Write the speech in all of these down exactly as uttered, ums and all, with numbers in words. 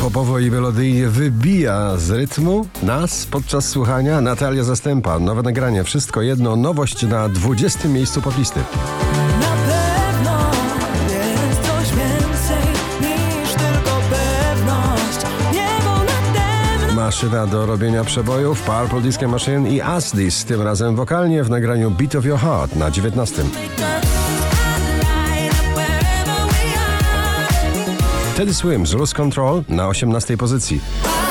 Popowo i melodyjnie wybija z rytmu nas podczas słuchania Natalia Zastępa. Nowe nagranie, wszystko jedno, nowość na dwudziestym miejscu poplisty. Na pewno jest coś więcej niż tylko pewność. Niebo nade mną. Maszyna do robienia przebojów, Purple Disco Machine i As This, tym razem wokalnie w nagraniu Beat of Your Heart na dziewiętnastym. Teddy Swims, Lose Control na osiemnastej pozycji.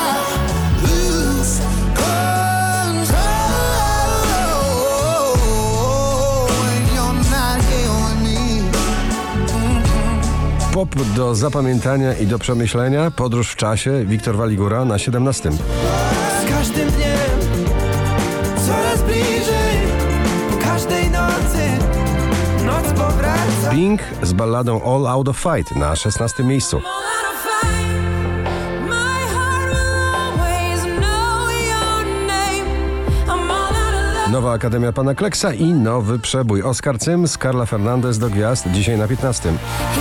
Pop do zapamiętania i do przemyślenia, podróż w czasie, Wiktor Waligura na siedemnastym. Z każdym dniem coraz bliżej, po każdej nocy noc powraca. Pink z balladą All Out of Fight na szesnastym miejscu. Nowa Akademia Pana Kleksa i nowy przebój. Oskar Cyms, Carla Fernandez do gwiazd, dzisiaj na piętnastym.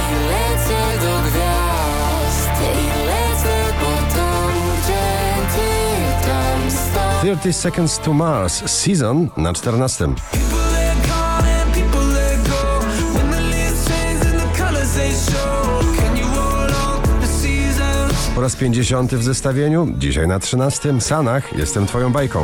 thirty Seconds to Mars, Season na czternastym. Po raz pięćdziesiąty w zestawieniu, dzisiaj na trzynastym. Sanach, Jestem twoją bajką.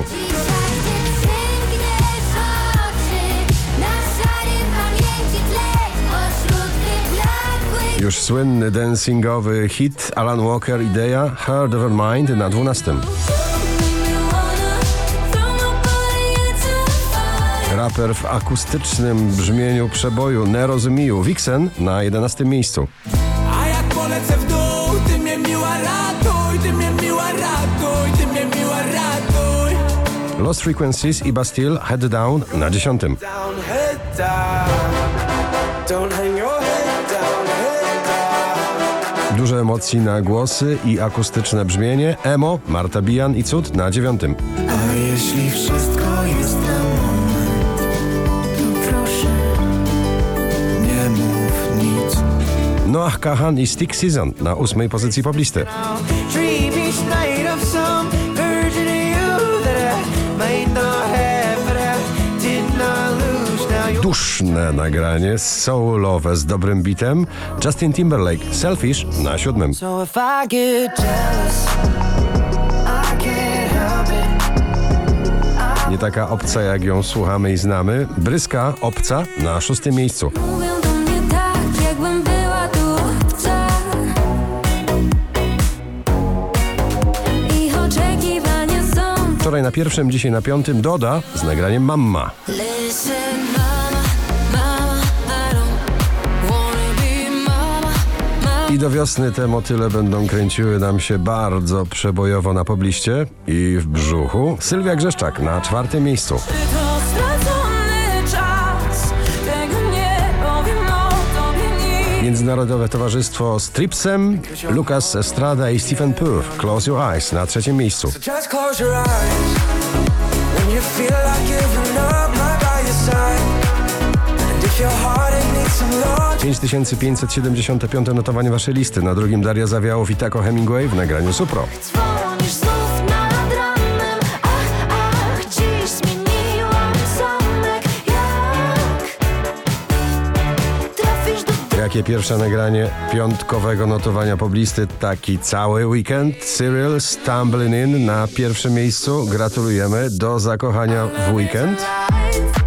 Już słynny dancingowy hit Alan Walker, Idea, Heart Over Mind na dwunastym. Raper w akustycznym brzmieniu przeboju Nerozumiju, Vixen na jedenastym miejscu. A jak polecę w dół, ty mnie miła ratuj, ty mnie miła ratuj, ty mnie miła ratuj. Lost Frequencies i Bastille, Head Down na dziesiątym. Down, head down. Don't hang your head down, head down. Dużo emocji na głosy i akustyczne brzmienie. Emo, Marta Bijan i Cud na dziewiątym. A jeśli wszystko jest na moment, to proszę, nie mów nic. Noah Kahan i Stick Season na ósmej pozycji poplisty. Duszne nagranie, soulowe z dobrym bitem. Justin Timberlake, Selfish na siódmym. Nie taka obca, jak ją słuchamy i znamy. Bryska, Obca na szóstym miejscu. Mówią do mnie tak, jakbym była tu obca. Ich oczekiwania są. Wczoraj na pierwszym, dzisiaj na piątym Doda z nagraniem Mamma. Listen, mama, mama, I don't wanna be mama, mama. I do wiosny te motyle będą kręciły nam się bardzo przebojowo na pobliście i w brzuchu. Sylwia Grzeszczak na czwartym miejscu. To stracony czas, tego nie powiem o tobie nic. Międzynarodowe Towarzystwo Stripsem, Lucas Estrada i Stephen Purf, Close Your Eyes na trzecim miejscu. Just close your eyes when you feel like giving up, I'm by your side. And if your heart it needs some love. pięć tysięcy pięćset siedemdziesiąte piąte notowanie waszej listy. Na drugim Daria Zawiałow i Taco Hemingway w nagraniu Supro. Dzwonisz znów nad ranem. Ach, ach, dziś zmieniłam zamek. Jak trafisz do... Jakie pierwsze nagranie piątkowego notowania poblisty, taki cały weekend. Cyril, Stumbling In na pierwszym miejscu. Gratulujemy, do zakochania w weekend.